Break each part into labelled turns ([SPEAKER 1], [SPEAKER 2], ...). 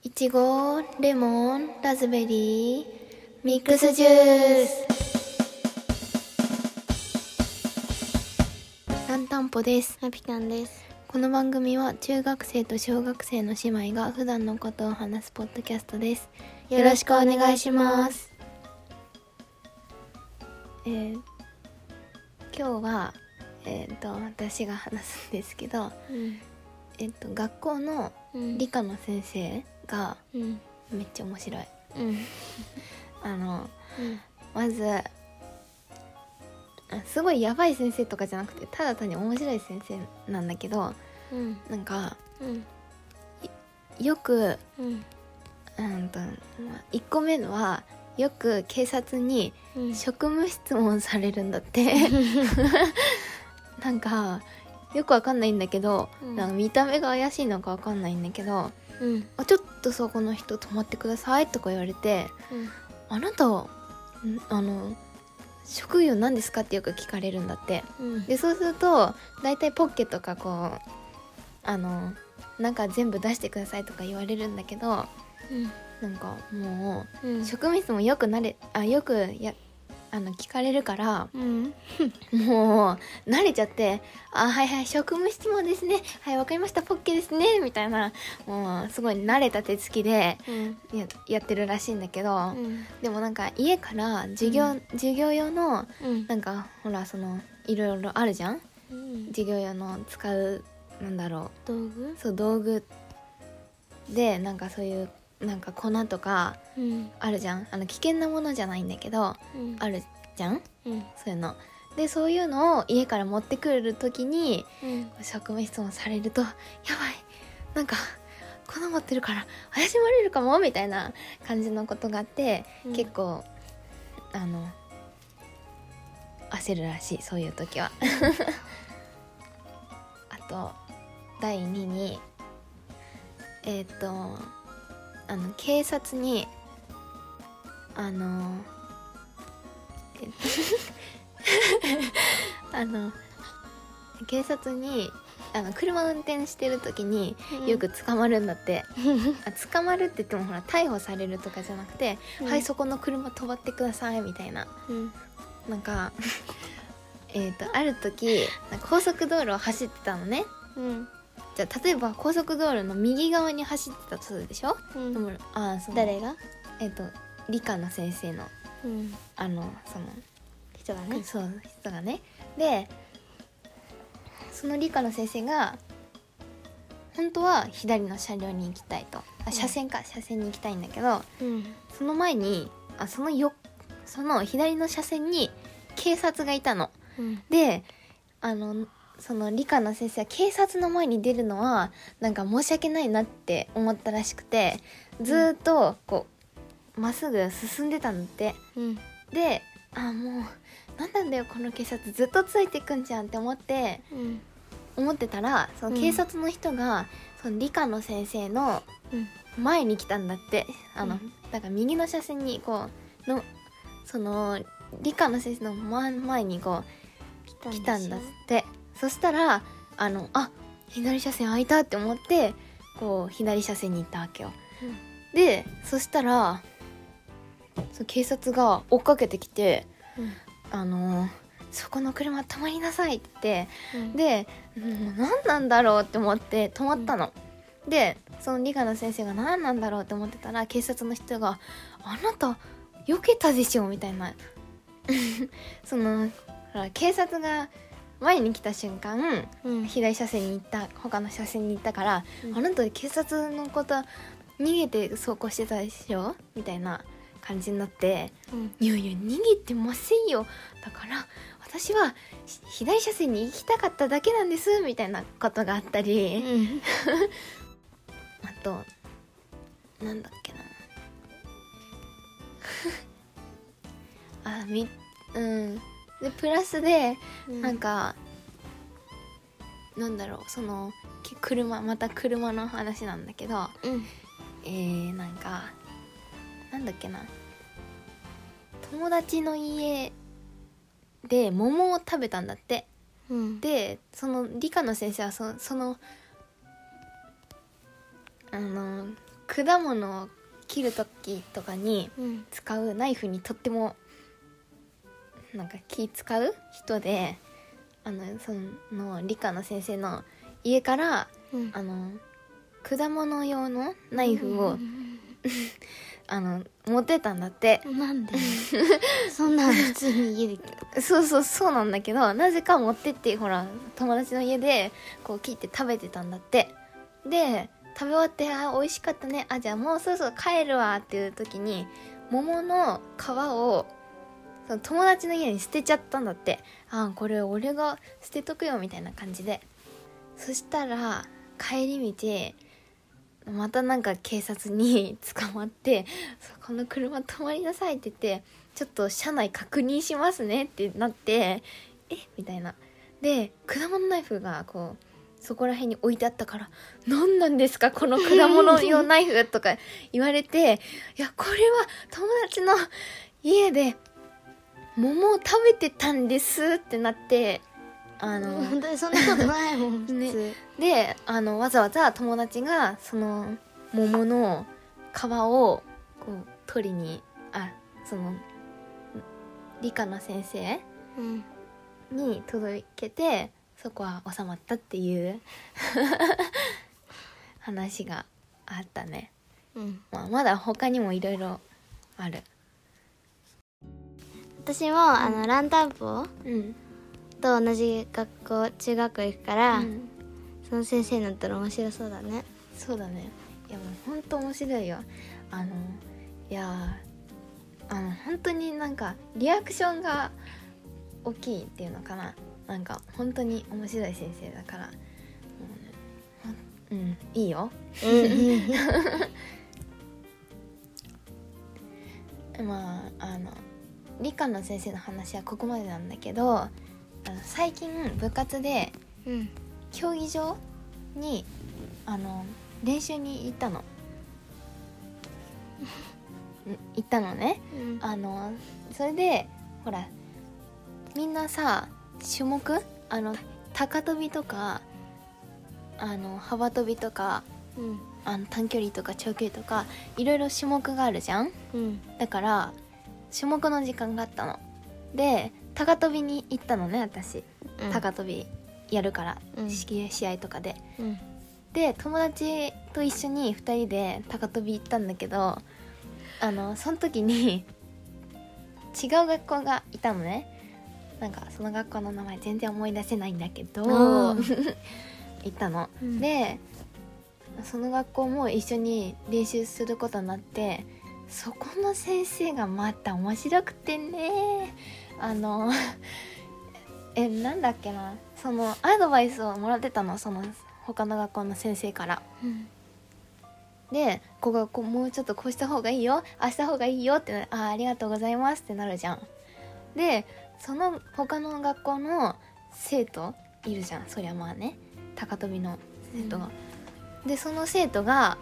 [SPEAKER 1] いちご、レモン、ラズベリー、ミックスジュース。ランタンポです。
[SPEAKER 2] ハピタンです。
[SPEAKER 1] この番組は中学生と小学生の姉妹が普段のことを話すポッドキャストです。よろしくお願いします。今日は、私が話すんですけど、学校の理科の先生がめっちゃ面白い。まずすごいやばい先生とかじゃなくて、ただ単に面白い先生なんだけど、なんか、よく、1個目のはよく警察に職務質問されるんだって、なんかよくわかんないんだけど、なんか見た目が怪しいのかわかんないんだけど、ちょっとそこの人止まってくださいとか言われて、あなた職業何ですかってよく聞かれるんだって、でそうするとだいたいポッケとかこうなんか全部出してくださいとか言われるんだけど、なんかもう、職務質問よく聞かれるから、もう慣れちゃって、はいはい職務質問ですね、はいわかりましたポッケですねみたいな、もうすごい慣れた手つきでやってるらしいんだけど、でもなんか家から授業用の、なんかほらそのいろいろあるじゃん、授業用の使う道具で、なんかそういうなんか粉とかあるじゃん、危険なものじゃないんだけど、あるじゃん、そういうので、そういうのを家から持ってくる時に、職務質問されると、やばいなんか粉持ってるから怪しまれるかもみたいな感じのことがあって、結構焦るらしい、そういう時は。あと第2に警察に警察に車運転してる時によく捕まるんだって、捕まるって言ってもほら逮捕されるとかじゃなくて、はいそこの車止まってくださいみたいな、なんかある時高速道路を走ってたのね、じゃあ例えば高速道路の右側に走ってたとするでしょ、
[SPEAKER 2] 誰が
[SPEAKER 1] 理科の先生の、その
[SPEAKER 2] 人がね、
[SPEAKER 1] 人がね、でその理科の先生が本当は左の車両に行きたいと、車線に行きたいんだけど、その前にその左の車線に警察がいたの、でその理科の先生は警察の前に出るのはなんか申し訳ないなって思ったらしくて、ずっとこうまっすぐ進んでたんだって、でもうなんなんだよこの警察ずっとついてくんじゃんって思ってたら、その警察の人がその理科の先生の前に来たんだって、だから右の車線にこうのその理科の先生の前にこう来たんだって。そしたら左車線開いたって思ってこう左車線に行ったわけよ、でそしたら警察が追っかけてきて、そこの車止まりなさいって言って、で何なんだろうって思って止まったの、でその理科の先生が何なんだろうって思ってたら、警察の人があなた避けたでしょみたいなその警察が前に来た瞬間、左車線に行った他の車線に行ったから、あなた警察のこと逃げて走行してたでしょみたいな感じになって、いやいや逃げてませんよ、だから私は左車線に行きたかっただけなんですみたいなことがあったり、あとなんだっけなでプラスで、なんかなんだろう、そのまた車の話なんだけど、なんかなんだっけな、友達の家で桃を食べたんだって、でその理科の先生はその果物を切る時とかに
[SPEAKER 2] うん
[SPEAKER 1] 使うナイフにとってもなんか気使う人で、その理科の先生の家から
[SPEAKER 2] うん
[SPEAKER 1] 果物用のナイフを持ってたんだって。
[SPEAKER 2] なんでそんなの普通に家で
[SPEAKER 1] そうなんだけど、なぜか持ってってほら友達の家でこう切って食べてたんだって。で食べ終わって美味しかったね、じゃあもうそろそろ帰るわっていう時に桃の皮をその友達の家に捨てちゃったんだって。これ俺が捨てとくよみたいな感じで。そしたら帰り道またなんか警察に捕まって、この車止まりなさいって言って、ちょっと車内確認しますねってなって、みたいな。で果物ナイフがこうそこら辺に置いてあったから、何なんですかこの果物用ナイフとか言われて、いやこれは友達の家で桃を食べてたんですってなって、
[SPEAKER 2] 本当にそんなことないもん普通、
[SPEAKER 1] ね、でわざわざ友達がその桃の皮をこう取りにその理科の先生
[SPEAKER 2] うん
[SPEAKER 1] に届けて、そこは収まったっていう話があったね。まだ他にもいろいろある。
[SPEAKER 2] 私もランタンポと同じ学校中学校行くから、その先生になったら面白そうだね。
[SPEAKER 1] そうだね。いやもうほんと面白いよ。いや本当になんかリアクションが大きいっていうのかな。なんか本当に面白い先生だから、いいよ。まあ理科の先生の話はここまでなんだけど、最近部活で競技場に練習に行ったのね。それでほらみんなさ種目高跳びとか幅跳びとか、短距離とか長距離とかいろいろ種目があるじゃん。だから種目の時間があったので、高跳びに行ったのね私。高跳びやるから、試合とかで、で友達と一緒に2人で高跳び行ったんだけど、その時に違う学校がいたのね。なんかその学校の名前全然思い出せないんだけど行ったの、でその学校も一緒に練習することになって、そこの先生がまた面白くてね、なんだっけな、そのアドバイスをもらってたの、その他の学校の先生から、でここもうちょっとこうした方がいいよ、ああした方がいいよって、ありがとうございますってなるじゃん。でその他の学校の生徒いるじゃん、そりゃまあね、高跳びの生徒が、でその生徒が、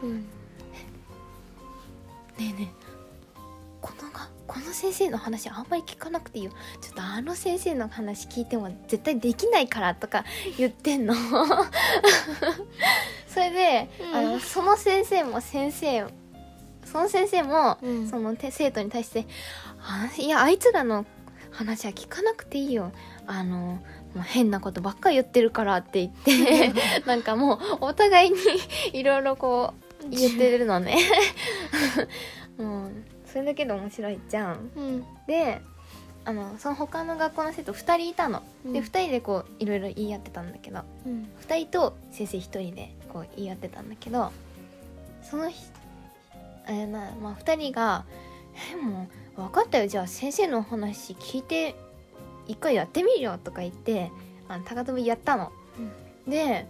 [SPEAKER 1] ねえねえこの先生の話あんまり聞かなくていいよ、ちょっとあの先生の話聞いても絶対できないからとか言ってんのそれで、その先生もその生徒に対していやあいつらの話は聞かなくていいよ、もう変なことばっか言ってるからって言ってなんかもうお互いにいろいろこう言ってるのねもうそれだけで面白いじゃん、でその他の学校の生徒2人いたの、で2人でこういろいろ言い合ってたんだけど、2人と先生1人でこう言い合ってたんだけど、その2人がもう分かったよ、じゃあ先生の話聞いて一回やってみるよとか言って高跳びやったの、で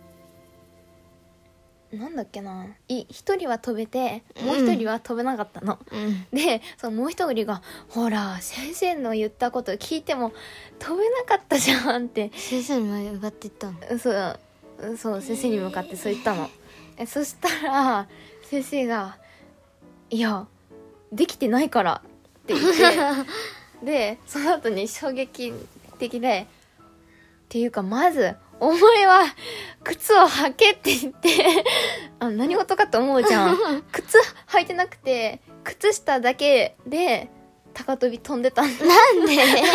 [SPEAKER 1] なんだっけな、一人は飛べてもう一人は飛べなかったの、でそのもう一人がほら先生の言ったこと聞いても飛べなかったじゃんって
[SPEAKER 2] 先生に向かって言った
[SPEAKER 1] の。そう先生に向かってそう言ったの。そしたら先生がいやできてないからって言ってでその後に衝撃的で、っていうかまずお前は靴を履けって言って何事かと思うじゃん。靴履いてなくて靴下だけで高跳び飛んでたんだ。
[SPEAKER 2] なん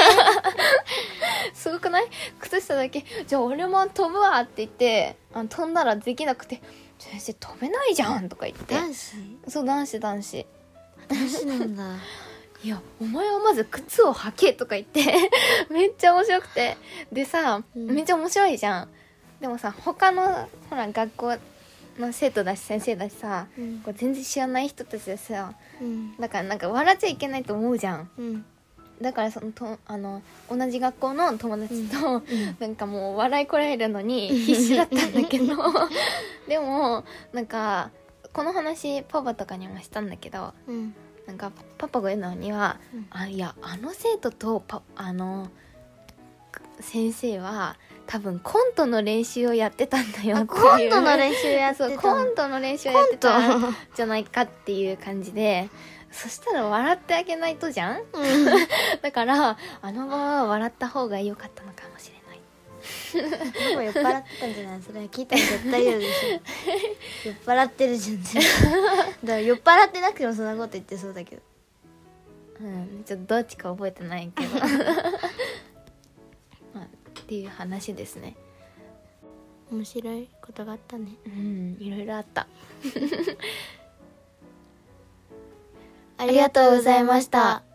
[SPEAKER 2] です
[SPEAKER 1] ごくない？靴下だけじゃあ俺も飛ぶわって言って飛んだらできなくて、先生飛べないじゃんとか言って。
[SPEAKER 2] 男子？
[SPEAKER 1] そう、男子
[SPEAKER 2] 男子なんだ。
[SPEAKER 1] いやお前はまず靴を履けとか言ってめっちゃ面白くて、でさ、めっちゃ面白いじゃん。でもさ、他のほら学校の生徒だし先生だしさ、こう全然知らない人たちでさ、だからなんか笑っちゃいけないと思うじゃん。だからその同じ学校の友達と、なんかもう笑いこらえるのに必死だったんだけどでもなんかこの話パパとかにもしたんだけど、なんかパパが言うのには、いや生徒と先生は多分コントの練習をやってたんだよっていう。
[SPEAKER 2] コントの練習やってた。
[SPEAKER 1] そう、コントの練習をやってたんじゃないかっていう感じで、そしたら笑ってあげないとじゃん、だからあの場は笑った方が良かったのかもしれない。
[SPEAKER 2] でも酔っ払ってたんじゃない？それは聞いたら絶対言うでしょ。酔っ払ってるじゃん。だから酔っ払ってなくてもそんなこと言ってそうだけど。
[SPEAKER 1] ちょっとどっちか覚えてないけどっていう話ですね。
[SPEAKER 2] 面白いことがあったね。
[SPEAKER 1] いろいろあった
[SPEAKER 2] ありがとうございました。